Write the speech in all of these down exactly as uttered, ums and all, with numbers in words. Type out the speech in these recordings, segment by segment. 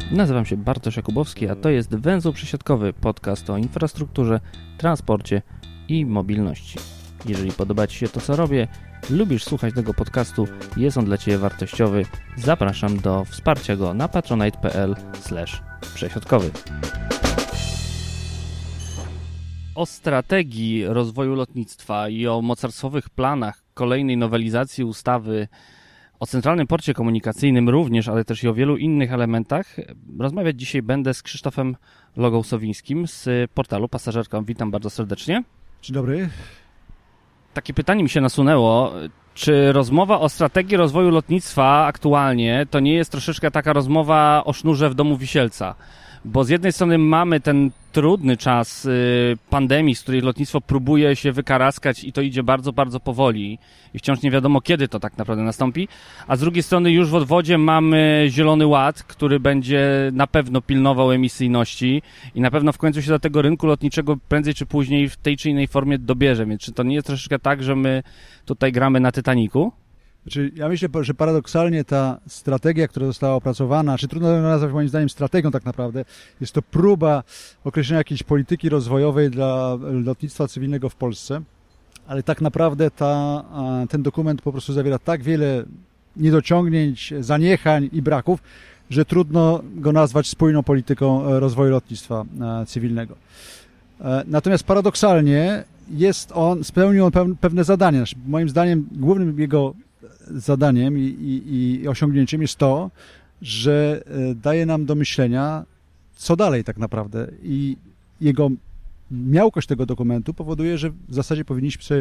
Nazywam się Bartosz Jakubowski, a to jest Węzeł Przesiadkowy, podcast o infrastrukturze, transporcie i mobilności. Jeżeli podoba Ci się to, co robię, lubisz słuchać tego podcastu, jest on dla Ciebie wartościowy, zapraszam do wsparcia go na patronite.pl slash przesiadkowy. O strategii rozwoju lotnictwa i o mocarstwowych planach kolejnej nowelizacji ustawy o Centralnym Porcie Komunikacyjnym również, ale też i o wielu innych elementach rozmawiać dzisiaj będę z Krzysztofem Logoł-Sowińskim z portalu Pasażer kropka com. Witam bardzo serdecznie. Dzień dobry. Takie pytanie mi się nasunęło. Czy rozmowa o strategii rozwoju lotnictwa aktualnie to nie jest troszeczkę taka rozmowa o sznurze w domu wisielca? Bo z jednej strony mamy ten trudny czas y, pandemii, z której lotnictwo próbuje się wykaraskać i to idzie bardzo, bardzo powoli i wciąż nie wiadomo, kiedy to tak naprawdę nastąpi, a z drugiej strony już w odwodzie mamy Zielony Ład, który będzie na pewno pilnował emisyjności i na pewno w końcu się do tego rynku lotniczego prędzej czy później w tej czy innej formie dobierze, więc czy to nie jest troszeczkę tak, że my tutaj gramy na Titanicu? Znaczy, ja myślę, że paradoksalnie ta strategia, która została opracowana, czy trudno ją nazwać moim zdaniem strategią tak naprawdę, jest to próba określenia jakiejś polityki rozwojowej dla lotnictwa cywilnego w Polsce, ale tak naprawdę ta, ten dokument po prostu zawiera tak wiele niedociągnięć, zaniechań i braków, że trudno go nazwać spójną polityką rozwoju lotnictwa cywilnego. Natomiast paradoksalnie jest on, spełnił on pewne zadania. Moim zdaniem głównym jego zadaniem i, i, i osiągnięciem jest to, że daje nam do myślenia, co dalej tak naprawdę. I jego miałkość tego dokumentu powoduje, że w zasadzie powinniśmy sobie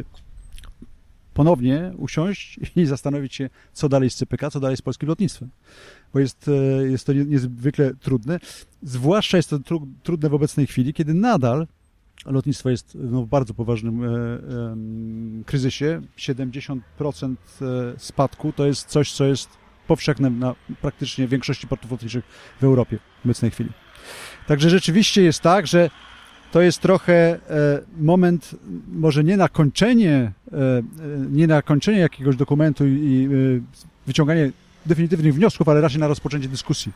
ponownie usiąść i zastanowić się, co dalej z C P K, co dalej z polskim lotnictwem. Bo jest, jest to niezwykle trudne. Zwłaszcza jest to tru, trudne w obecnej chwili, kiedy nadal lotnictwo jest no, w bardzo poważnym e, e, kryzysie. siedemdziesiąt procent spadku to jest coś, co jest powszechne na praktycznie większości portów lotniczych w Europie w obecnej chwili. Także rzeczywiście jest tak, że to jest trochę e, moment, może nie na kończenie, e, nie na kończenie jakiegoś dokumentu i e, wyciąganie definitywnych wniosków, ale raczej na rozpoczęcie dyskusji.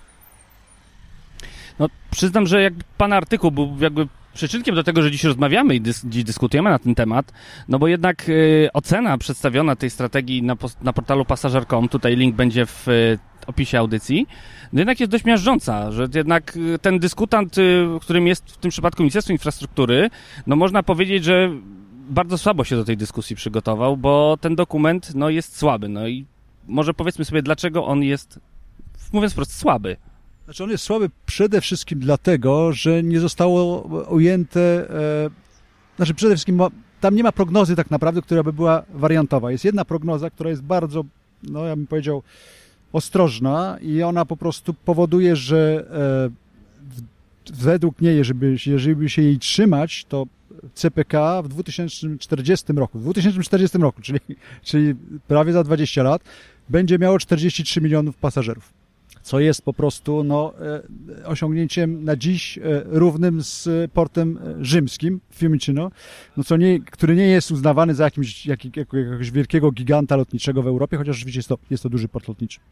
No, przyznam, że jakby pan artykuł był jakby przyczynkiem do tego, że dziś rozmawiamy i dys- dziś dyskutujemy na ten temat, no bo jednak y, ocena przedstawiona tej strategii na, pos- na portalu pasażer kropka com, tutaj link będzie w y, opisie audycji, no jednak jest dość miażdżąca, że jednak y, ten dyskutant, y, którym jest w tym przypadku Ministerstwo Infrastruktury, no można powiedzieć, że bardzo słabo się do tej dyskusji przygotował, bo ten dokument no, jest słaby, no i może powiedzmy sobie, dlaczego on jest, mówiąc wprost, słaby. Znaczy on jest słaby przede wszystkim dlatego, że nie zostało ujęte, e, znaczy przede wszystkim ma, tam nie ma prognozy tak naprawdę, która by była wariantowa. Jest jedna prognoza, która jest bardzo, no ja bym powiedział, ostrożna i ona po prostu powoduje, że e, według niej, jeżeli, jeżeli by się jej trzymać, to C P K w dwa tysiące czterdziestym roku, w dwa tysiące czterdziestym roku, czyli, czyli prawie za dwadzieścia lat, będzie miało czterdzieści trzy milionów pasażerów. Co jest po prostu no, osiągnięciem na dziś równym z portem rzymskim w Fiumicino, no, co nie, który nie jest uznawany za jakimś, jak, jak, jakiegoś wielkiego giganta lotniczego w Europie, chociaż rzeczywiście jest to, jest to duży port lotniczy.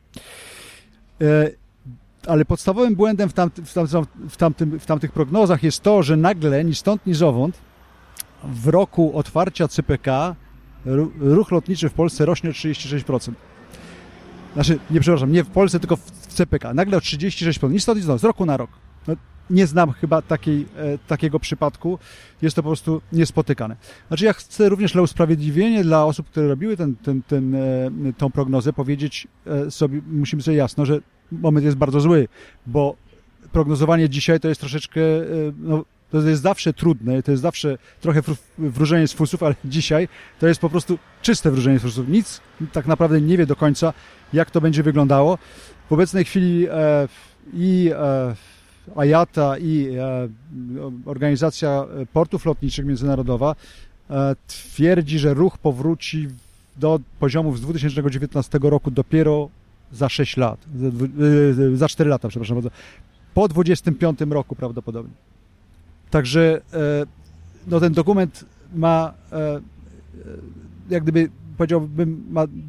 Ale podstawowym błędem w, tamty, w, tamtym, w, tamtym, w tamtych prognozach jest to, że nagle, ni stąd, ni zowąd, w roku otwarcia C P K ruch lotniczy w Polsce rośnie o trzydzieści sześć procent. Znaczy, nie przepraszam, nie w Polsce, tylko w C P K. Nagle o trzydzieści sześć procent. Nic stąd, nic stąd, z roku na rok. No, nie znam chyba takiej, e, takiego przypadku. Jest to po prostu niespotykane. Znaczy, ja chcę również dla usprawiedliwienia dla osób, które robiły ten, ten, ten, e, tą prognozę, powiedzieć e, sobie, musimy sobie jasno, że moment jest bardzo zły, bo prognozowanie dzisiaj to jest troszeczkę, e, no, to jest zawsze trudne, to jest zawsze trochę wróżenie z fusów, ale dzisiaj to jest po prostu czyste wróżenie z fusów. Nic tak naprawdę nie wie do końca, jak to będzie wyglądało. W obecnej chwili e, i e, A I A T A i e, Organizacja Portów Lotniczych Międzynarodowa e, twierdzi, że ruch powróci do poziomów z dwa tysiące dziewiętnastego roku dopiero za sześć lat, za, za cztery lata, przepraszam bardzo, po dwudziestym piątym roku prawdopodobnie. Także e, no, ten dokument ma, e, jak gdyby powiedziałbym, ma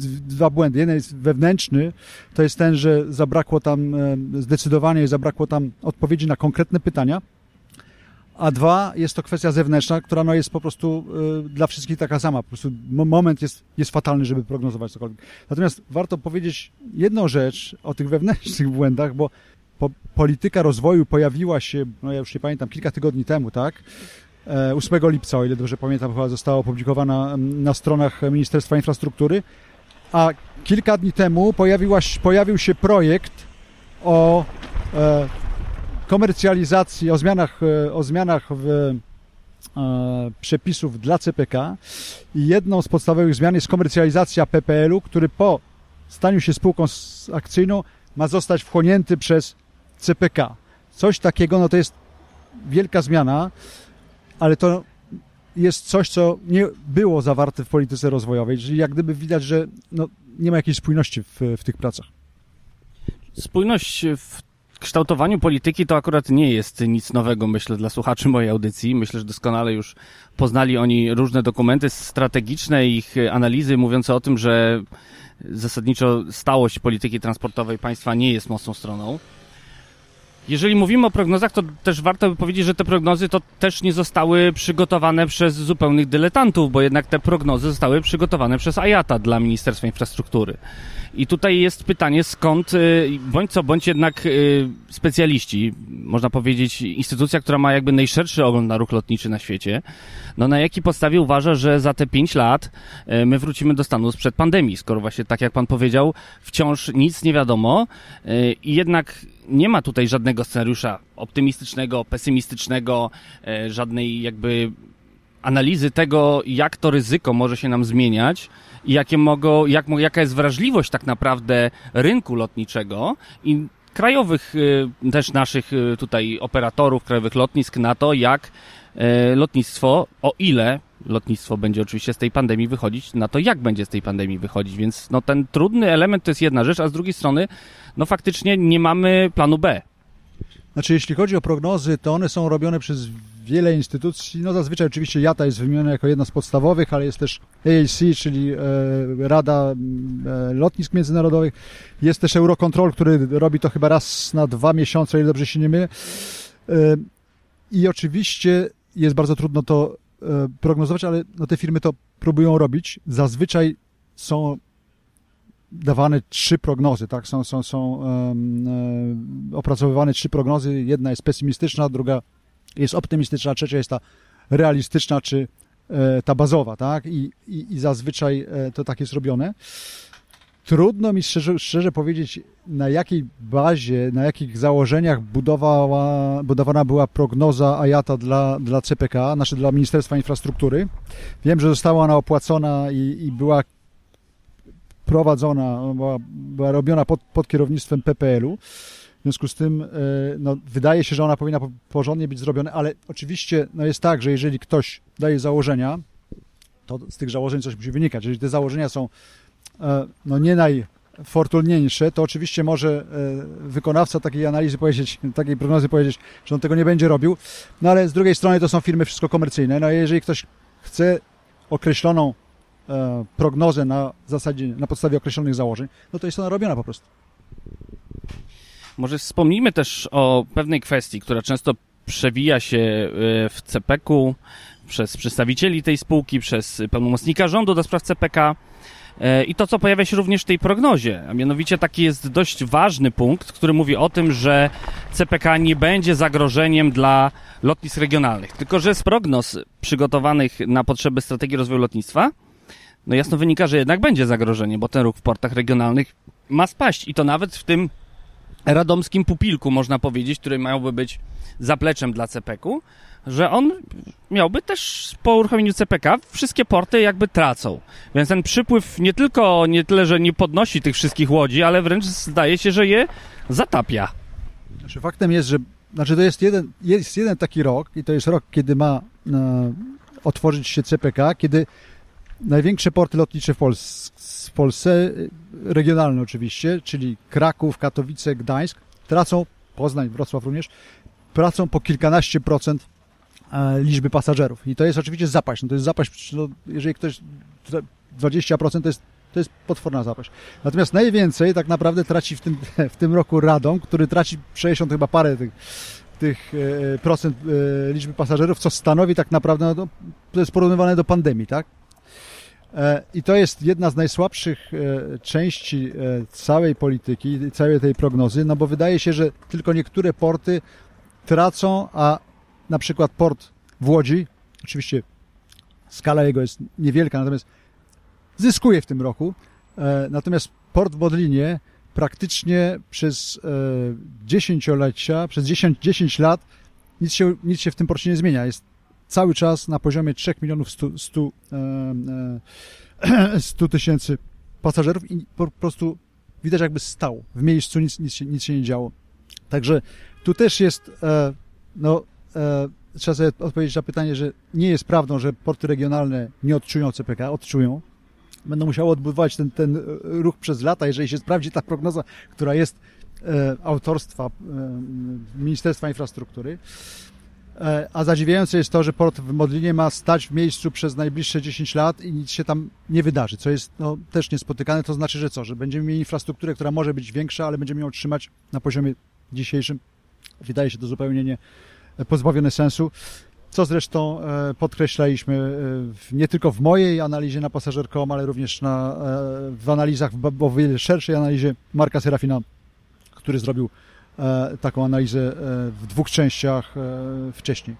dwa błędy. Jeden jest wewnętrzny, to jest ten, że zabrakło tam, zdecydowanie zabrakło tam odpowiedzi na konkretne pytania, a dwa, jest to kwestia zewnętrzna, która no jest po prostu y, dla wszystkich taka sama. Po prostu moment jest, jest fatalny, żeby prognozować cokolwiek. Natomiast warto powiedzieć jedną rzecz o tych wewnętrznych błędach, bo po, polityka rozwoju pojawiła się, no ja już nie pamiętam, kilka tygodni temu, tak? ósmego lipca, o ile dobrze pamiętam, chyba została opublikowana na stronach Ministerstwa Infrastruktury, a kilka dni temu pojawiła, pojawił się projekt o e, komercjalizacji, o zmianach, o zmianach w e, przepisów dla C P K i jedną z podstawowych zmian jest komercjalizacja P P L u, który po staniu się spółką akcyjną ma zostać wchłonięty przez C P K. Coś takiego, no to jest wielka zmiana, ale to jest coś, co nie było zawarte w polityce rozwojowej, czyli jak gdyby widać, że no, nie ma jakiejś spójności w, w tych pracach. Spójność w kształtowaniu polityki to akurat nie jest nic nowego, myślę, dla słuchaczy mojej audycji. Myślę, że doskonale już poznali oni różne dokumenty strategiczne, ich analizy mówiące o tym, że zasadniczo stałość polityki transportowej państwa nie jest mocną stroną. Jeżeli mówimy o prognozach, to też warto by powiedzieć, że te prognozy to też nie zostały przygotowane przez zupełnych dyletantów, bo jednak te prognozy zostały przygotowane przez A J A T A dla Ministerstwa Infrastruktury. I tutaj jest pytanie, skąd, bądź co, bądź jednak specjaliści, można powiedzieć instytucja, która ma jakby najszerszy ogląd na ruch lotniczy na świecie, no na jakiej podstawie uważa, że za te pięć lat my wrócimy do stanu sprzed pandemii, skoro właśnie tak jak pan powiedział, wciąż nic nie wiadomo i jednak nie ma tutaj żadnego scenariusza optymistycznego, pesymistycznego, żadnej jakby analizy tego, jak to ryzyko może się nam zmieniać i jakie mogą, jak, jaka jest wrażliwość tak naprawdę rynku lotniczego i krajowych też naszych tutaj operatorów, krajowych lotnisk na to, jak lotnictwo, o ile lotnictwo będzie oczywiście z tej pandemii wychodzić, na to jak będzie z tej pandemii wychodzić, więc no ten trudny element to jest jedna rzecz, a z drugiej strony no faktycznie nie mamy planu B. Znaczy jeśli chodzi o prognozy, to one są robione przez wiele instytucji, no zazwyczaj oczywiście I A T A jest wymieniona jako jedna z podstawowych, ale jest też A A C, czyli e, Rada e, Lotnisk Międzynarodowych, jest też Eurocontrol, który robi to chyba raz na dwa miesiące, o ile dobrze się nie mylę. E, I oczywiście jest bardzo trudno to e, prognozować, ale no, te firmy to próbują robić. Zazwyczaj są dawane trzy prognozy, tak? Są, są, są um, um, opracowywane trzy prognozy. Jedna jest pesymistyczna, druga jest optymistyczna, trzecia jest ta realistyczna, czy e, ta bazowa, tak? I, i, i zazwyczaj e, to tak jest robione. Trudno mi szczerze, szczerze powiedzieć, na jakiej bazie, na jakich założeniach budowała, budowana była prognoza A J A T A dla, dla C P K, znaczy dla Ministerstwa Infrastruktury. Wiem, że została ona opłacona i, i była prowadzona, była, była robiona pod, pod kierownictwem P P L u. W związku z tym no, wydaje się, że ona powinna porządnie być zrobiona, ale oczywiście no, jest tak, że jeżeli ktoś daje założenia, to z tych założeń coś musi wynikać. Jeżeli te założenia są no, nie najfortunniejsze, to oczywiście może wykonawca takiej analizy powiedzieć, takiej prognozy powiedzieć, że on tego nie będzie robił, no ale z drugiej strony to są firmy wszystko komercyjne. No jeżeli ktoś chce określoną prognozę na zasadzie, na podstawie określonych założeń, no to jest ona robiona po prostu. Może wspomnijmy też o pewnej kwestii, która często przewija się w C P K u przez przedstawicieli tej spółki, przez pełnomocnika rządu do spraw C P K i to, co pojawia się również w tej prognozie, a mianowicie taki jest dość ważny punkt, który mówi o tym, że C P K nie będzie zagrożeniem dla lotnisk regionalnych, tylko że z prognoz przygotowanych na potrzeby strategii rozwoju lotnictwa no jasno wynika, że jednak będzie zagrożenie, bo ten ruch w portach regionalnych ma spaść i to nawet w tym radomskim pupilku, można powiedzieć, który miałby być zapleczem dla C P K u, że on miałby też po uruchomieniu C P K wszystkie porty jakby tracą. Więc ten przypływ nie tylko, nie tyle, że nie podnosi tych wszystkich łodzi, ale wręcz zdaje się, że je zatapia. Znaczy faktem jest, że znaczy to jest jeden, jest jeden taki rok i to jest rok, kiedy ma e, otworzyć się C P K, kiedy największe porty lotnicze w, Pols- w Polsce, regionalne oczywiście, czyli Kraków, Katowice, Gdańsk, tracą, Poznań, Wrocław również, tracą po kilkanaście procent liczby pasażerów. I to jest oczywiście zapaść. No to jest zapaść, no, jeżeli ktoś dwadzieścia procent to jest To jest potworna zapaść. Natomiast najwięcej tak naprawdę traci w tym, w tym roku Radom, który traci sześćdziesiąt chyba parę tych, tych e, procent e, liczby pasażerów, co stanowi tak naprawdę, no, to jest porównywane do pandemii, tak? E, I to jest jedna z najsłabszych e, części e, całej polityki, całej tej prognozy, no bo wydaje się, że tylko niektóre porty tracą, a na przykład port w Łodzi, oczywiście skala jego jest niewielka, natomiast zyskuje w tym roku. E, natomiast port w Modlinie praktycznie przez e, dziesięciolecia, przez dziesięć, dziesięć lat nic się, nic się w tym porcie nie zmienia. Jest cały czas na poziomie trzech milionów stu tysięcy pasażerów i po prostu widać, jakby stał w miejscu, nic, nic, się, nic się nie działo. Także tu też jest, e, no, e, trzeba sobie odpowiedzieć na pytanie, że nie jest prawdą, że porty regionalne nie odczują C P K, odczują. Będą musiały odbywać ten, ten ruch przez lata, jeżeli się sprawdzi ta prognoza, która jest e, autorstwa e, Ministerstwa Infrastruktury. E, a zadziwiające jest to, że port w Modlinie ma stać w miejscu przez najbliższe dziesięć lat i nic się tam nie wydarzy, co jest no, też niespotykane. To znaczy, że co? Że będziemy mieli infrastrukturę, która może być większa, ale będziemy ją trzymać na poziomie dzisiejszym. Wydaje się to zupełnie nie, pozbawione sensu. Co zresztą e, podkreślaliśmy e, nie tylko w mojej analizie na pasażer kropka com, ale również na, e, w analizach, w o wiele szerszej analizie Marka Serafina, który zrobił e, taką analizę e, w dwóch częściach e, wcześniej.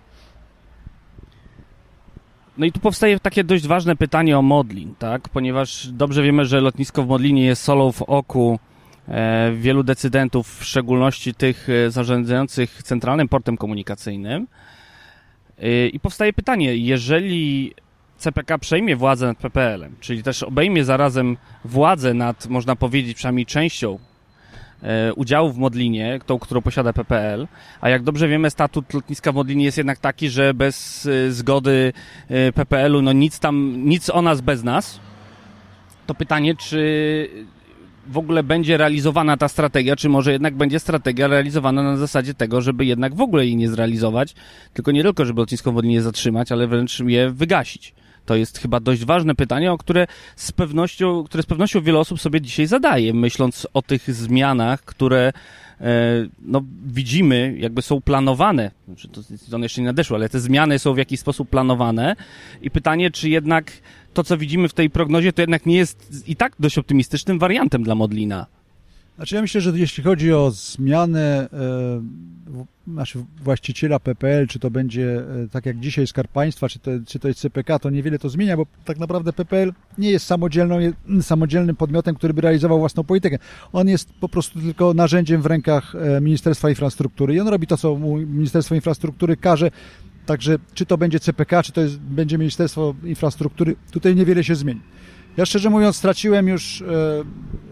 No i tu powstaje takie dość ważne pytanie o Modlin, tak? Ponieważ dobrze wiemy, że lotnisko w Modlinie jest solą w oku e, wielu decydentów, w szczególności tych e, zarządzających Centralnym Portem Komunikacyjnym. I powstaje pytanie, jeżeli C P K przejmie władzę nad P P L-em, czyli też obejmie zarazem władzę nad, można powiedzieć, przynajmniej częścią e, udziału w Modlinie, tą, którą posiada P P L, a jak dobrze wiemy, statut lotniska w Modlinie jest jednak taki, że bez e, zgody e, P P L-u, no nic tam, nic o nas bez nas, to pytanie, czy w ogóle będzie realizowana ta strategia, czy może jednak będzie strategia realizowana na zasadzie tego, żeby jednak w ogóle jej nie zrealizować, tylko nie tylko, żeby lotnisko w Modlinie zatrzymać, ale wręcz je wygasić. To jest chyba dość ważne pytanie, o które z pewnością, które z pewnością wiele osób sobie dzisiaj zadaje, myśląc o tych zmianach, które e, no, widzimy, jakby są planowane. Znaczy, to, to one jeszcze nie nadeszły, ale te zmiany są w jakiś sposób planowane i pytanie, czy jednak to, co widzimy w tej prognozie, to jednak nie jest i tak dość optymistycznym wariantem dla Modlina. Znaczy ja myślę, że jeśli chodzi o zmianę e, znaczy właściciela P P L, czy to będzie e, tak jak dzisiaj Skarb Państwa, czy to, czy to jest C P K, to niewiele to zmienia, bo tak naprawdę P P L nie jest samodzielną, samodzielnym podmiotem, który by realizował własną politykę. On jest po prostu tylko narzędziem w rękach e, Ministerstwa Infrastruktury i on robi to, co mu Ministerstwo Infrastruktury każe. Także czy to będzie C P K, czy to jest, będzie Ministerstwo Infrastruktury, tutaj niewiele się zmieni. Ja szczerze mówiąc straciłem już e,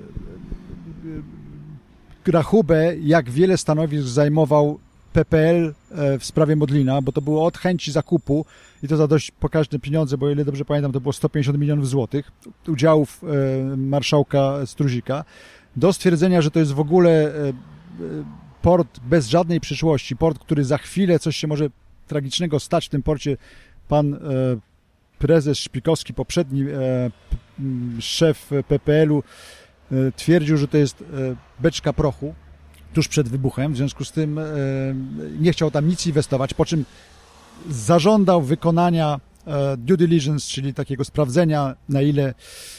rachubę, jak wiele stanowisk zajmował P P L w sprawie Modlina, bo to było od chęci zakupu i to za dość pokaźne pieniądze, bo o ile dobrze pamiętam, to było sto pięćdziesiąt milionów złotych udziałów marszałka Struzika, do stwierdzenia, że to jest w ogóle port bez żadnej przyszłości, port, który za chwilę coś się może tragicznego stać w tym porcie. Pan prezes Szpikowski, poprzedni szef P P L-u, twierdził, że to jest beczka prochu tuż przed wybuchem, w związku z tym nie chciał tam nic inwestować, po czym zażądał wykonania due diligence, czyli takiego sprawdzenia, na ile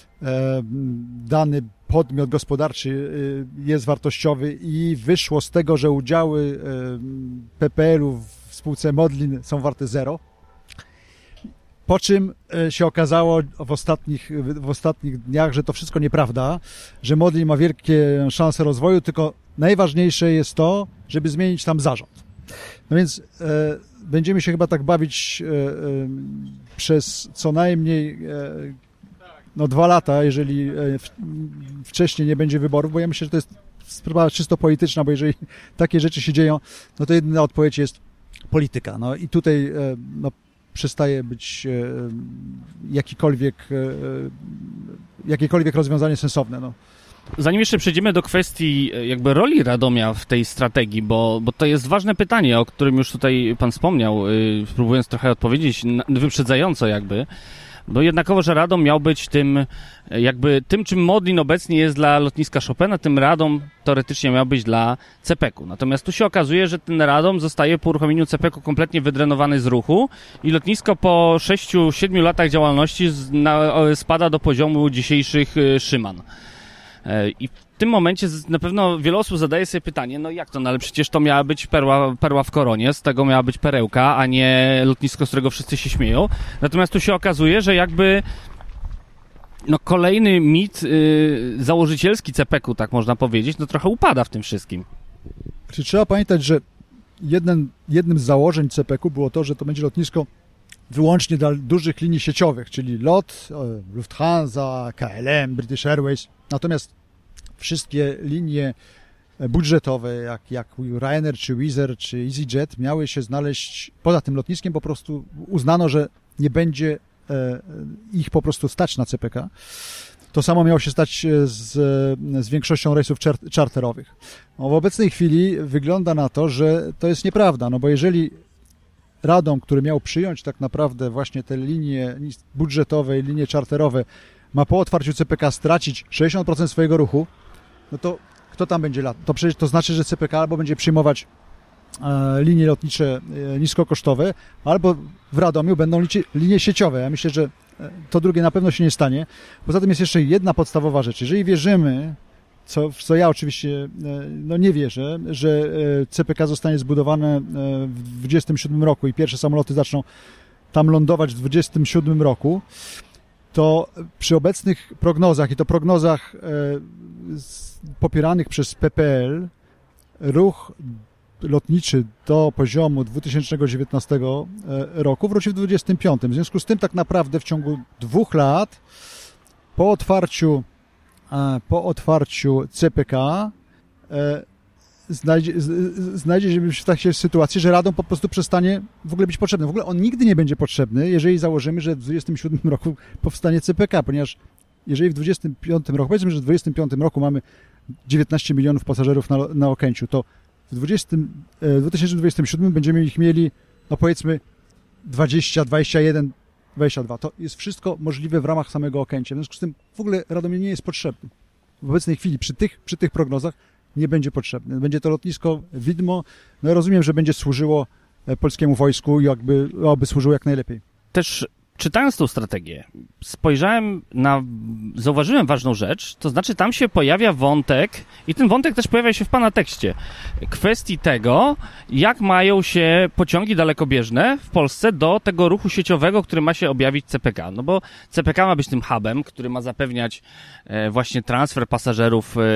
dany podmiot gospodarczy jest wartościowy i wyszło z tego, że udziały P P L-u w spółce Modlin są warte zero. Po czym się okazało w ostatnich, w ostatnich dniach, że to wszystko nieprawda, że Modlin ma wielkie szanse rozwoju, tylko najważniejsze jest to, żeby zmienić tam zarząd. No więc e, będziemy się chyba tak bawić e, e, przez co najmniej e, no, dwa lata, jeżeli e, w, wcześniej nie będzie wyborów, bo ja myślę, że to jest sprawa czysto polityczna, bo jeżeli takie rzeczy się dzieją, no to jedyna odpowiedź jest polityka. No i tutaj e, no, przestaje być e, jakikolwiek, e, jakiekolwiek rozwiązanie sensowne. No. Zanim jeszcze przejdziemy do kwestii jakby roli Radomia w tej strategii, bo, bo to jest ważne pytanie, o którym już tutaj pan wspomniał, yy, próbując trochę odpowiedzieć na, wyprzedzająco jakby, Bo jednakowo, że Radom miał być tym, jakby tym, czym Modlin obecnie jest dla lotniska Chopina, tym Radom teoretycznie miał być dla C P K u. Natomiast tu się okazuje, że ten Radom zostaje po uruchomieniu C P K u kompletnie wydrenowany z ruchu i lotnisko po sześciu siedmiu latach działalności z, na, spada do poziomu dzisiejszych y, Szyman. I w tym momencie na pewno wiele osób zadaje sobie pytanie, no jak to, no ale przecież to miała być perła, perła w koronie, z tego miała być perełka, a nie lotnisko, z którego wszyscy się śmieją. Natomiast tu się okazuje, że jakby no kolejny mit yy, założycielski C P K u, tak można powiedzieć, no trochę upada w tym wszystkim. Czyli trzeba pamiętać, że jeden, jednym z założeń C P K u było to, że to będzie lotnisko wyłącznie dla dużych linii sieciowych, czyli LOT, Lufthansa, K L M, British Airways. Natomiast wszystkie linie budżetowe, jak, jak Ryanair, czy Wizz Air, czy EasyJet, miały się znaleźć poza tym lotniskiem. Po prostu uznano, że nie będzie e, ich po prostu stać na C P K. To samo miało się stać z, z większością rejsów czarterowych. No, w obecnej chwili wygląda na to, że to jest nieprawda, no bo jeżeli Radom, który miał przyjąć tak naprawdę właśnie te linie budżetowe i linie czarterowe, ma po otwarciu C P K stracić sześćdziesiąt procent swojego ruchu, no to kto tam będzie latał? To przecież to znaczy, że C P K albo będzie przyjmować e, linie lotnicze e, niskokosztowe, albo w Radomiu będą liczy, linie sieciowe. Ja myślę, że to drugie na pewno się nie stanie. Poza tym jest jeszcze jedna podstawowa rzecz. Jeżeli wierzymy, co, w co ja oczywiście no nie wierzę, że C P K zostanie zbudowane w dwudziestym siódmym roku i pierwsze samoloty zaczną tam lądować w dwudziestym siódmym roku, to przy obecnych prognozach i to prognozach popieranych przez P P L ruch lotniczy do poziomu dwa tysiące dziewiętnastego roku wróci w dwudziestym piątym. W związku z tym tak naprawdę w ciągu dwóch lat po otwarciu po otwarciu C P K znajdzie, znajdzie się w takiej sytuacji, że Radom po prostu przestanie w ogóle być potrzebny. W ogóle on nigdy nie będzie potrzebny, jeżeli założymy, że w dwudziestym siódmym roku powstanie C P K, ponieważ jeżeli w dwudziestym piątym roku, powiedzmy, że w dwudziestym piątym roku mamy dziewiętnaście milionów pasażerów na, na Okęciu, to w dwa tysiące dwudziestym siódmym będziemy ich mieli, no powiedzmy dwadzieścia, dwadzieścia jeden, dwadzieścia dwa. To jest wszystko możliwe w ramach samego Okęcia. W związku z tym w ogóle Radomie nie jest potrzebny. W obecnej chwili przy tych, przy tych prognozach nie będzie potrzebny. Będzie to lotnisko widmo. No ja rozumiem, że będzie służyło polskiemu wojsku i jakby, aby służyło jak najlepiej. Też czytając tą strategię, spojrzałem na, zauważyłem ważną rzecz, to znaczy tam się pojawia wątek i ten wątek też pojawia się w pana tekście, kwestii tego, jak mają się pociągi dalekobieżne w Polsce do tego ruchu sieciowego, który ma się objawić C P K. No bo C P K ma być tym hubem, który ma zapewniać e, właśnie transfer pasażerów e,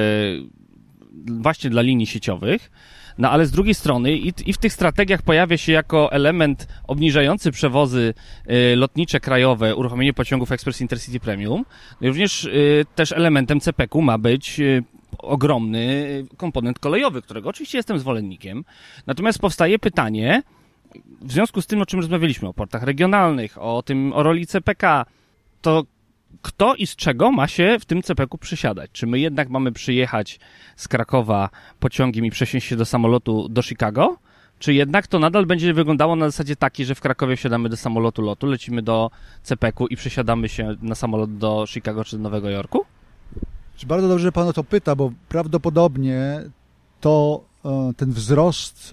właśnie dla linii sieciowych. No ale z drugiej strony i, i w tych strategiach pojawia się jako element obniżający przewozy y, lotnicze krajowe uruchomienie pociągów Express Intercity Premium. No i również y, też elementem C P K u ma być y, ogromny komponent kolejowy, którego oczywiście jestem zwolennikiem. Natomiast powstaje pytanie, w związku z tym, o czym rozmawialiśmy, o portach regionalnych, o tym, o roli C P K, to kto i z czego ma się w tym C P K u przysiadać? Czy my jednak mamy przyjechać z Krakowa pociągiem i przesiąść się do samolotu do Chicago? Czy jednak to nadal będzie wyglądało na zasadzie takiej, że w Krakowie wsiadamy do samolotu lotu, lecimy do C P K u i przesiadamy się na samolot do Chicago czy do Nowego Jorku? Bardzo dobrze, że pan o to pyta, bo prawdopodobnie to ten wzrost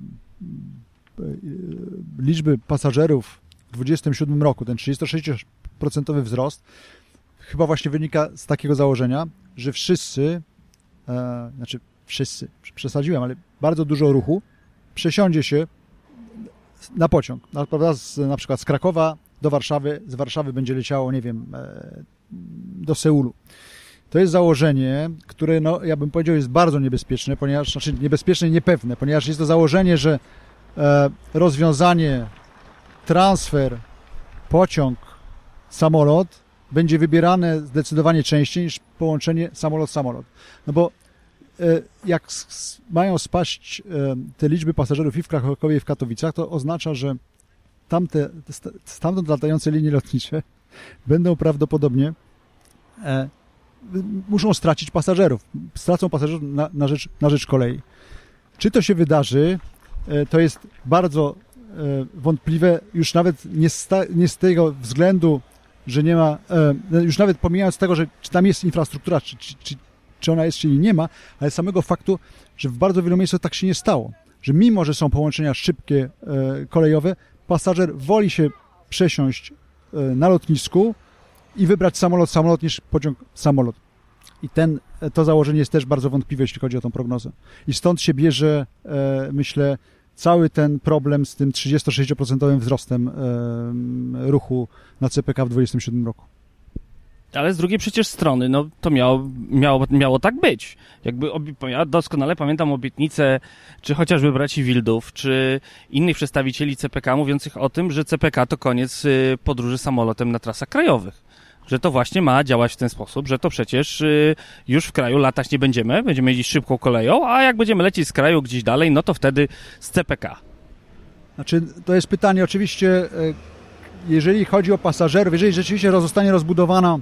liczby pasażerów w dwudziestym siódmym roku, ten trzydziestosześcioprocentowy wzrost, chyba właśnie wynika z takiego założenia, że wszyscy, e, znaczy wszyscy, przesadziłem, ale bardzo dużo ruchu przesiądzie się na pociąg. Na, prawda, z, na przykład z Krakowa do Warszawy, z Warszawy będzie leciało, nie wiem, e, do Seulu. To jest założenie, które, no, ja bym powiedział, jest bardzo niebezpieczne, ponieważ, znaczy niebezpieczne i niepewne, ponieważ jest to założenie, że e, rozwiązanie transfer, pociąg, samolot będzie wybierane zdecydowanie częściej niż połączenie samolot-samolot. No bo e, jak s- mają spaść e, te liczby pasażerów i w Krakowie, i w Katowicach, to oznacza, że tamte, st- stamtąd latające linie lotnicze będą prawdopodobnie e, muszą stracić pasażerów. Stracą pasażerów na, na, rzecz, na rzecz kolei. Czy to się wydarzy, e, to jest bardzo wątpliwe, już nawet nie z, ta, nie z tego względu, że nie ma, e, już nawet pomijając tego, że czy tam jest infrastruktura, czy, czy, czy, czy ona jest, czy jej nie ma, ale samego faktu, że w bardzo wielu miejscach tak się nie stało. Że mimo, że są połączenia szybkie, e, kolejowe, pasażer woli się przesiąść e, na lotnisku i wybrać samolot, samolot niż pociąg, samolot. I ten, to założenie jest też bardzo wątpliwe, jeśli chodzi o tą prognozę. I stąd się bierze, e, myślę, cały ten problem z tym trzydzieści do sześćdziesięciu procent wzrostem e, ruchu na C P K w dwudziestym siódmym roku. Ale z drugiej przecież strony, no to miało, miało, miało tak być. Jakby obi- ja doskonale pamiętam obietnice, czy chociażby braci Wildów, czy innych przedstawicieli C P K mówiących o tym, że C P K to koniec y, podróży samolotem na trasach krajowych. Że to właśnie ma działać w ten sposób, że to przecież y, już w kraju latać nie będziemy, będziemy jeździć szybką koleją, a jak będziemy lecieć z kraju gdzieś dalej, no to wtedy z C P K. Znaczy, to jest pytanie oczywiście, jeżeli chodzi o pasażerów, jeżeli rzeczywiście zostanie rozbudowana,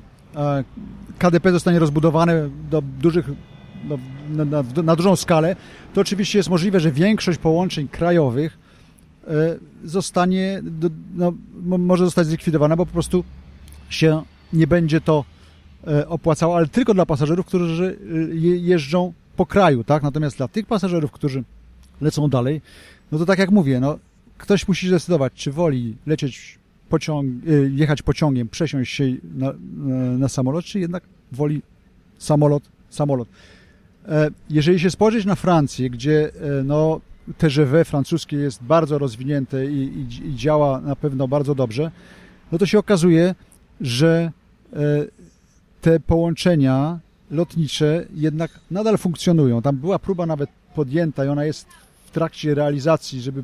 K D P zostanie rozbudowane do dużych, do, na, na, na dużą skalę, to oczywiście jest możliwe, że większość połączeń krajowych zostanie, no, może zostać zlikwidowana, bo po prostu się nie będzie to opłacało, ale tylko dla pasażerów, którzy jeżdżą po kraju, tak? Natomiast dla tych pasażerów, którzy lecą dalej, no to tak jak mówię, no, ktoś musi zdecydować, czy woli lecieć pociąg, jechać pociągiem, przesiąść się na, na samolot, czy jednak woli samolot, samolot. Jeżeli się spojrzeć na Francję, gdzie no, T G V francuskie jest bardzo rozwinięte i, i, i działa na pewno bardzo dobrze, no to się okazuje, że te połączenia lotnicze jednak nadal funkcjonują. Tam była próba nawet podjęta i ona jest w trakcie realizacji, żeby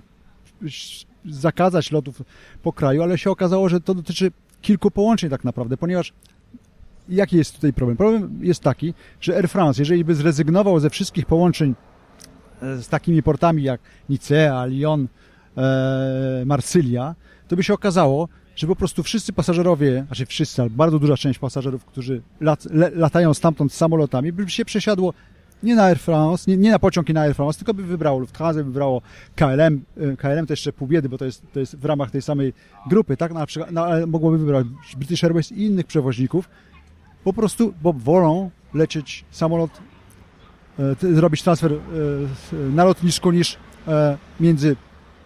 zakazać lotów po kraju, ale się okazało, że to dotyczy kilku połączeń tak naprawdę, ponieważ jaki jest tutaj problem? Problem jest taki, że Air France, jeżeli by zrezygnował ze wszystkich połączeń z takimi portami jak Nicea, Lyon, e, Marsylia, to by się okazało, że po prostu wszyscy pasażerowie, znaczy wszyscy, ale bardzo duża część pasażerów, którzy lat, le, latają stamtąd samolotami, by się przesiadło nie na Air France, nie, nie na pociąg i na Air France, tylko by wybrało Lufthansa, by wybrało K L M. K L M to jeszcze pół biedy, bo to jest, to jest w ramach tej samej grupy, tak? Na przykład, no, ale mogłoby wybrać British Airways i innych przewoźników, po prostu, bo wolą lecieć samolot, e, zrobić transfer e, na lotnisku niż e, między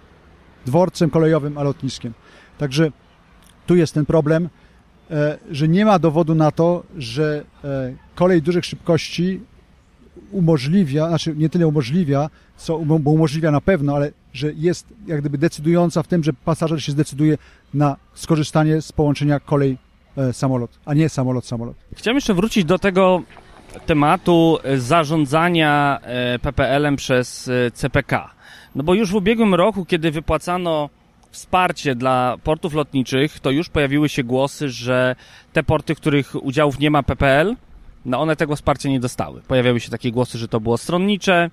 dworcem kolejowym a lotniskiem. Także tu jest ten problem, e, że nie ma dowodu na to, że e, kolej dużych szybkości umożliwia, znaczy nie tyle umożliwia, co, bo umożliwia na pewno, ale że jest jak gdyby decydująca w tym, że pasażer się zdecyduje na skorzystanie z połączenia kolej-samolot, a nie samolot-samolot. Chciałem jeszcze wrócić do tego tematu zarządzania P P L-em przez C P K. No bo już w ubiegłym roku, kiedy wypłacano wsparcie dla portów lotniczych, to już pojawiły się głosy, że te porty, których udziałów nie ma P P L, no one tego wsparcia nie dostały. Pojawiały się takie głosy, że to było stronnicze,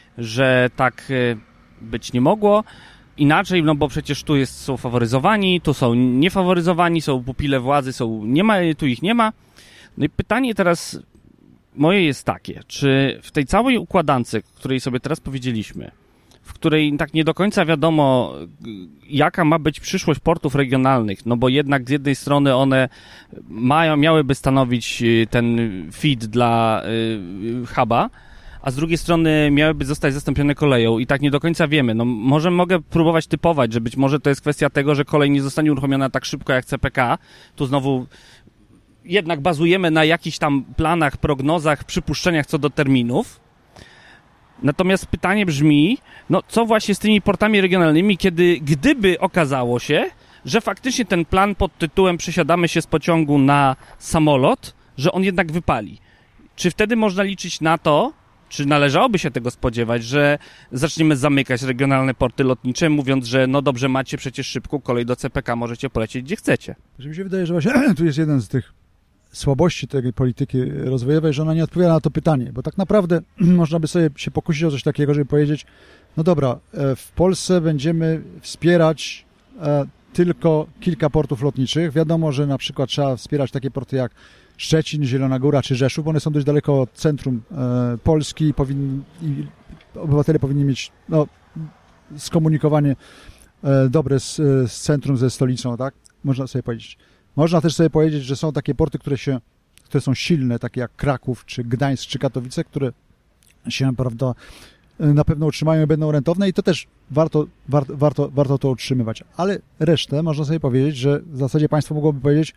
że tak być nie mogło. Inaczej, no bo przecież tu jest, są faworyzowani, tu są niefaworyzowani, są pupile władzy, są, nie ma, tu ich nie ma. No i pytanie teraz moje jest takie, czy w tej całej układance, której sobie teraz powiedzieliśmy, w której tak nie do końca wiadomo, jaka ma być przyszłość portów regionalnych, no bo jednak z jednej strony one mają, miałyby stanowić ten feed dla y, huba, a z drugiej strony miałyby zostać zastąpione koleją i tak nie do końca wiemy. No może mogę próbować typować, że być może to jest kwestia tego, że kolej nie zostanie uruchomiona tak szybko jak C P K. Tu znowu jednak bazujemy na jakichś tam planach, prognozach, przypuszczeniach co do terminów. Natomiast pytanie brzmi, no co właśnie z tymi portami regionalnymi, kiedy gdyby okazało się, że faktycznie ten plan pod tytułem przesiadamy się z pociągu na samolot, że on jednak wypali. Czy wtedy można liczyć na to, czy należałoby się tego spodziewać, że zaczniemy zamykać regionalne porty lotnicze, mówiąc, że no dobrze, macie przecież szybką kolej do C P K, możecie polecieć gdzie chcecie. Mi się wydaje, że właśnie tu jest jeden z tych słabości tej polityki rozwojowej, że ona nie odpowiada na to pytanie, bo tak naprawdę można by sobie się pokusić o coś takiego, żeby powiedzieć, no dobra, w Polsce będziemy wspierać tylko kilka portów lotniczych. Wiadomo, że na przykład trzeba wspierać takie porty jak Szczecin, Zielona Góra czy Rzeszów, bo one są dość daleko od centrum e, Polski i, powinni, i obywatele powinni mieć no, skomunikowanie e, dobre z, z centrum, ze stolicą, tak? Można sobie powiedzieć. Można też sobie powiedzieć, że są takie porty, które się, które są silne, takie jak Kraków, czy Gdańsk, czy Katowice, które się, prawda, na pewno utrzymają i będą rentowne i to też warto, warto, warto, warto to utrzymywać. Ale resztę można sobie powiedzieć, że w zasadzie państwo mogłoby powiedzieć,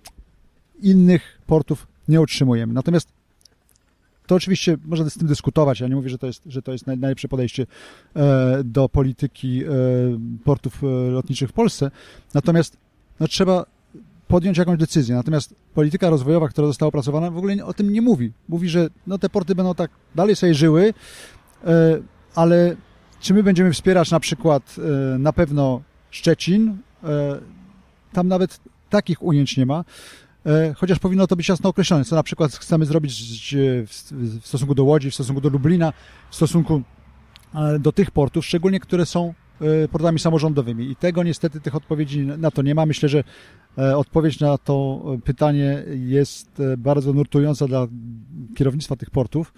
innych portów nie utrzymujemy. Natomiast to oczywiście można z tym dyskutować. Ja nie mówię, że to jest, że to jest najlepsze podejście e, do polityki e, portów e, lotniczych w Polsce. Natomiast no, trzeba podjąć jakąś decyzję. Natomiast polityka rozwojowa, która została opracowana, w ogóle o tym nie mówi. Mówi, że no, te porty będą tak dalej sobie żyły, e, ale czy my będziemy wspierać na przykład e, na pewno Szczecin? E, tam nawet takich ujęć nie ma. Chociaż powinno to być jasno określone, co na przykład chcemy zrobić w stosunku do Łodzi, w stosunku do Lublina, w stosunku do tych portów, szczególnie które są portami samorządowymi. I tego niestety, tych odpowiedzi na to nie ma. Myślę, że odpowiedź na to pytanie jest bardzo nurtująca dla kierownictwa tych portów.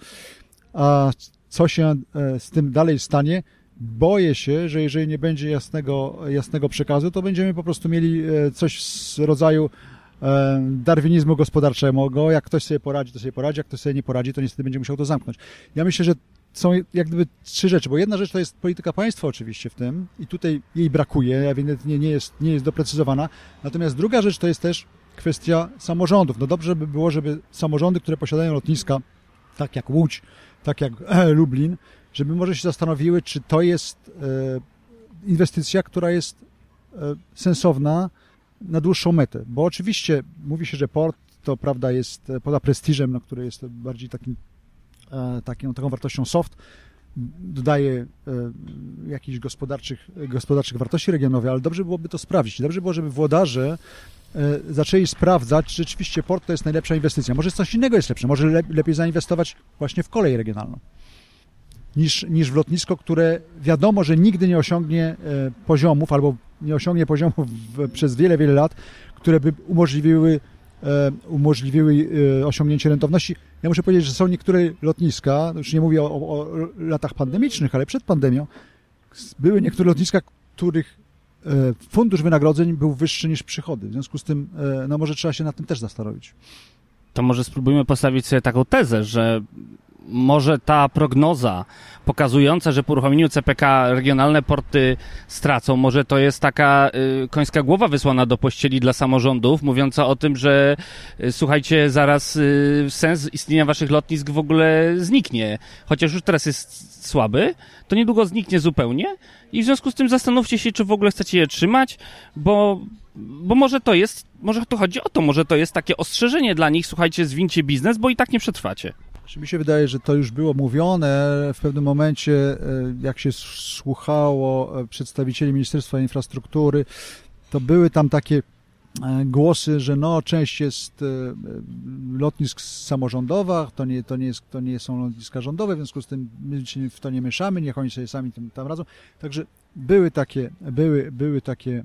A co się z tym dalej stanie? Boję się, że jeżeli nie będzie jasnego, jasnego przekazu, to będziemy po prostu mieli coś z rodzaju darwinizmu gospodarczego. Jak ktoś sobie poradzi, to sobie poradzi, jak ktoś sobie nie poradzi, to niestety będzie musiał to zamknąć. Ja myślę, że są jak gdyby trzy rzeczy, bo jedna rzecz to jest polityka państwa oczywiście w tym i tutaj jej brakuje, ewidentnie nie jest, nie jest doprecyzowana. Natomiast druga rzecz to jest też kwestia samorządów. No dobrze by było, żeby samorządy, które posiadają lotniska, tak jak Łódź, tak jak Lublin, żeby może się zastanowiły, czy to jest inwestycja, która jest sensowna na dłuższą metę, bo oczywiście mówi się, że port to, prawda, jest poza prestiżem, no, który jest bardziej takim, e, taką, taką wartością soft, dodaje e, jakichś gospodarczych, gospodarczych wartości regionowych, ale dobrze byłoby to sprawdzić. Dobrze było, żeby włodarze e, zaczęli sprawdzać, czy rzeczywiście port to jest najlepsza inwestycja. Może coś innego jest lepsze, może le, lepiej zainwestować właśnie w kolej regionalną niż, niż w lotnisko, które wiadomo, że nigdy nie osiągnie e, poziomów albo nie osiągnie poziomów w, przez wiele, wiele lat, które by umożliwiły, e, umożliwiły e, osiągnięcie rentowności. Ja muszę powiedzieć, że są niektóre lotniska, już nie mówię o, o, o latach pandemicznych, ale przed pandemią, były niektóre lotniska, których e, fundusz wynagrodzeń był wyższy niż przychody. W związku z tym, e, no może trzeba się nad tym też zastanowić. To może spróbujmy postawić sobie taką tezę, że może ta prognoza pokazująca, że po uruchomieniu C P K regionalne porty stracą, może to jest taka y, końska głowa wysłana do pościeli dla samorządów, mówiąca o tym, że y, słuchajcie, zaraz y, sens istnienia waszych lotnisk w ogóle zniknie. Chociaż już teraz jest słaby, to niedługo zniknie zupełnie i w związku z tym zastanówcie się, czy w ogóle chcecie je trzymać, bo bo może to jest, może tu chodzi o to, może to jest takie ostrzeżenie dla nich, słuchajcie, zwincie biznes, bo i tak nie przetrwacie. Mi się wydaje, że to już było mówione w pewnym momencie, jak się słuchało przedstawicieli Ministerstwa Infrastruktury, to były tam takie głosy, że no, część jest lotnisk samorządowych, to nie, to nie, jest, to nie są lotniska rządowe, w związku z tym my się w to nie mieszamy, niech oni sobie sami tam, tam radzą. Także były takie, były, były takie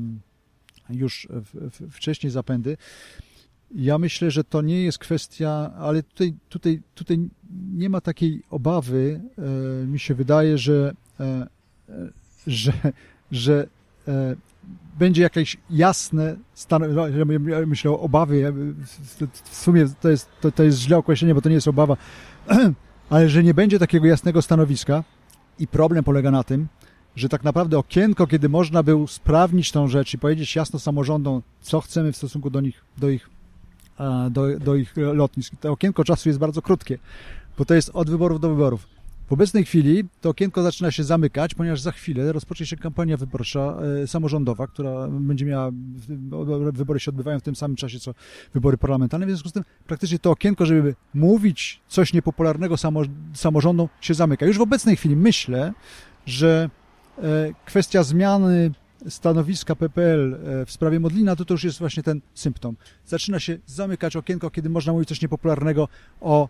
już w, w, wcześniej zapędy. Ja myślę, że to nie jest kwestia, ale tutaj, tutaj, tutaj nie ma takiej obawy. E, mi się wydaje, że, e, że, że e, będzie jakieś jasne stanowisko. Ja myślę o obawie. W sumie to jest, to, to jest źle określenie, bo to nie jest obawa, ale że nie będzie takiego jasnego stanowiska i problem polega na tym, że tak naprawdę okienko, kiedy można by usprawnić tą rzecz i powiedzieć jasno samorządom, co chcemy w stosunku do nich, do ich Do, do ich lotnisk. To okienko czasu jest bardzo krótkie, bo to jest od wyborów do wyborów. W obecnej chwili to okienko zaczyna się zamykać, ponieważ za chwilę rozpocznie się kampania wyborcza e, samorządowa, która będzie miała, wybory się odbywają w tym samym czasie, co wybory parlamentarne, w związku z tym praktycznie to okienko, żeby mówić coś niepopularnego samo, samorządom, się zamyka. Już w obecnej chwili myślę, że e, kwestia zmiany stanowiska P P L w sprawie Modlina, to to już jest właśnie ten symptom. Zaczyna się zamykać okienko, kiedy można mówić coś niepopularnego o,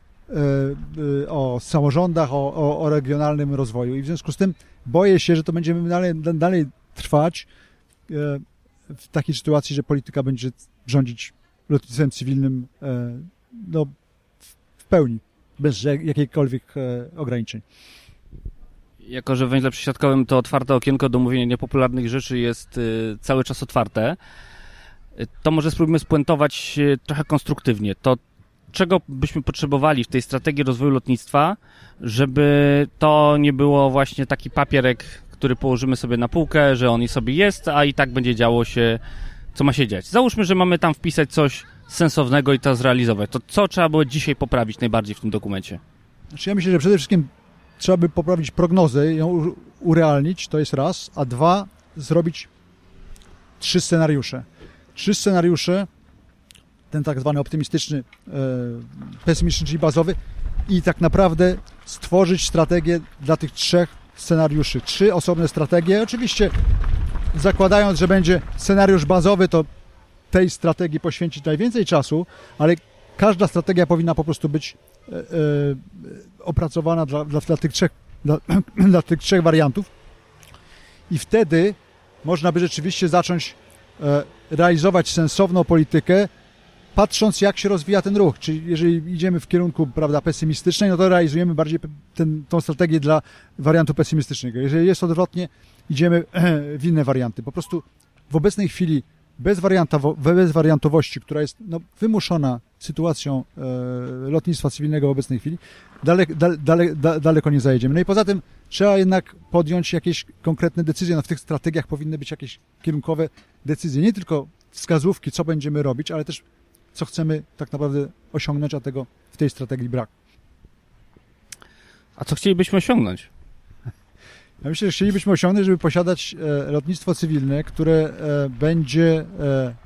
o samorządach, o, o, o regionalnym rozwoju. I w związku z tym boję się, że to będziemy dalej, dalej trwać w takiej sytuacji, że polityka będzie rządzić lotnictwem cywilnym no, w pełni, bez jakichkolwiek ograniczeń. Jako że w węźle przesiadkowym to otwarte okienko do mówienia niepopularnych rzeczy jest y, cały czas otwarte, To może spróbujmy spuentować trochę konstruktywnie. To czego byśmy potrzebowali w tej strategii rozwoju lotnictwa, żeby to nie było właśnie taki papierek, który położymy sobie na półkę, że on i sobie jest, a i tak będzie działo się, co ma się dziać. Załóżmy, że mamy tam wpisać coś sensownego i to zrealizować. To co trzeba było dzisiaj poprawić najbardziej w tym dokumencie? Znaczy ja myślę, że przede wszystkim trzeba by poprawić prognozę, ją urealnić, to jest raz, a dwa, zrobić trzy scenariusze. Trzy scenariusze, ten tak zwany optymistyczny, e, pesymistyczny, czyli bazowy, i tak naprawdę stworzyć strategię dla tych trzech scenariuszy. Trzy osobne strategie, oczywiście zakładając, że będzie scenariusz bazowy, to tej strategii poświęcić najwięcej czasu, ale każda strategia powinna po prostu być e, e, opracowana dla, dla, dla, tych trzech, dla, dla tych trzech wariantów i wtedy można by rzeczywiście zacząć e, realizować sensowną politykę, patrząc jak się rozwija ten ruch. Czyli jeżeli idziemy w kierunku, prawda, pesymistycznej, no to realizujemy bardziej ten, tą strategię dla wariantu pesymistycznego. Jeżeli jest odwrotnie, idziemy w inne warianty. Po prostu w obecnej chwili bez, bez wariantowości, która jest no, wymuszona sytuacją e, lotnictwa cywilnego w obecnej chwili, dale, dale, dale, da, daleko nie zajedziemy. No i poza tym trzeba jednak podjąć jakieś konkretne decyzje. No, w tych strategiach powinny być jakieś kierunkowe decyzje. Nie tylko wskazówki, co będziemy robić, ale też co chcemy tak naprawdę osiągnąć, a tego w tej strategii brak. A co chcielibyśmy osiągnąć? Ja myślę, że chcielibyśmy osiągnąć, żeby posiadać e, lotnictwo cywilne, które e, będzie e,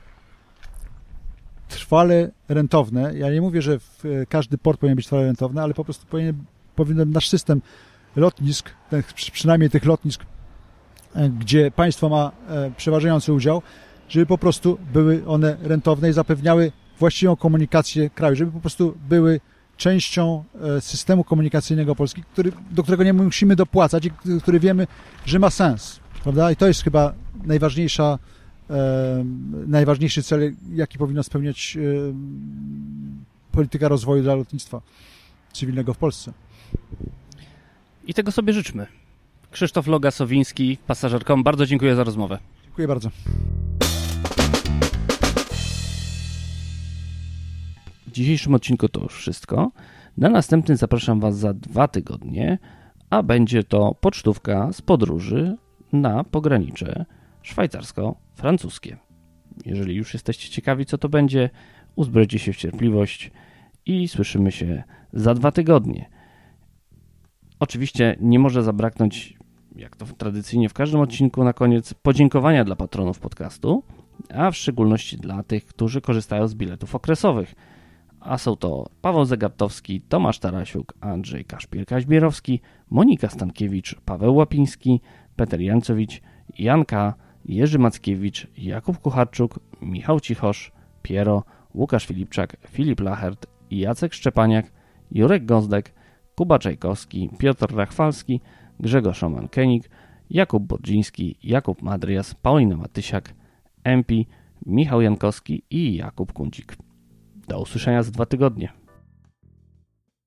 trwale rentowne. Ja nie mówię, że w, e, każdy port powinien być trwale rentowny, ale po prostu powinien, powinien nasz system lotnisk, ten, przynajmniej tych lotnisk, e, gdzie państwo ma e, przeważający udział, żeby po prostu były one rentowne i zapewniały właściwą komunikację kraju, żeby po prostu były częścią systemu komunikacyjnego Polski, który, do którego nie musimy dopłacać i który wiemy, że ma sens, prawda? I to jest chyba najważniejsza, e, najważniejszy cel, jaki powinna spełniać e, polityka rozwoju dla lotnictwa cywilnego w Polsce. I tego sobie życzmy. Krzysztof Loga-Sowiński, pasażer kropka com. Bardzo dziękuję za rozmowę. Dziękuję bardzo. W dzisiejszym odcinku to już wszystko. Na następny zapraszam Was za dwa tygodnie, a będzie to pocztówka z podróży na pogranicze szwajcarsko-francuskie. Jeżeli już jesteście ciekawi, co to będzie, uzbrojcie się w cierpliwość i słyszymy się za dwa tygodnie. Oczywiście nie może zabraknąć, jak to tradycyjnie w każdym odcinku, na koniec podziękowania dla patronów podcastu, a w szczególności dla tych, którzy korzystają z biletów okresowych. A są to Paweł Zegartowski, Tomasz Tarasiuk, Andrzej Kaszpier-Kaźbierowski, Monika Stankiewicz, Paweł Łapiński, Peter Jancowicz, Janka, Jerzy Mackiewicz, Jakub Kucharczuk, Michał Cichosz, Piero, Łukasz Filipczak, Filip Lachert, Jacek Szczepaniak, Jurek Gozdek, Kuba Czajkowski, Piotr Rachwalski, Grzegorz Roman-Kenik, Jakub Bordziński, Jakub Madrias, Paulina Matysiak, M P, Michał Jankowski i Jakub Kundzik. Do usłyszenia za dwa tygodnie.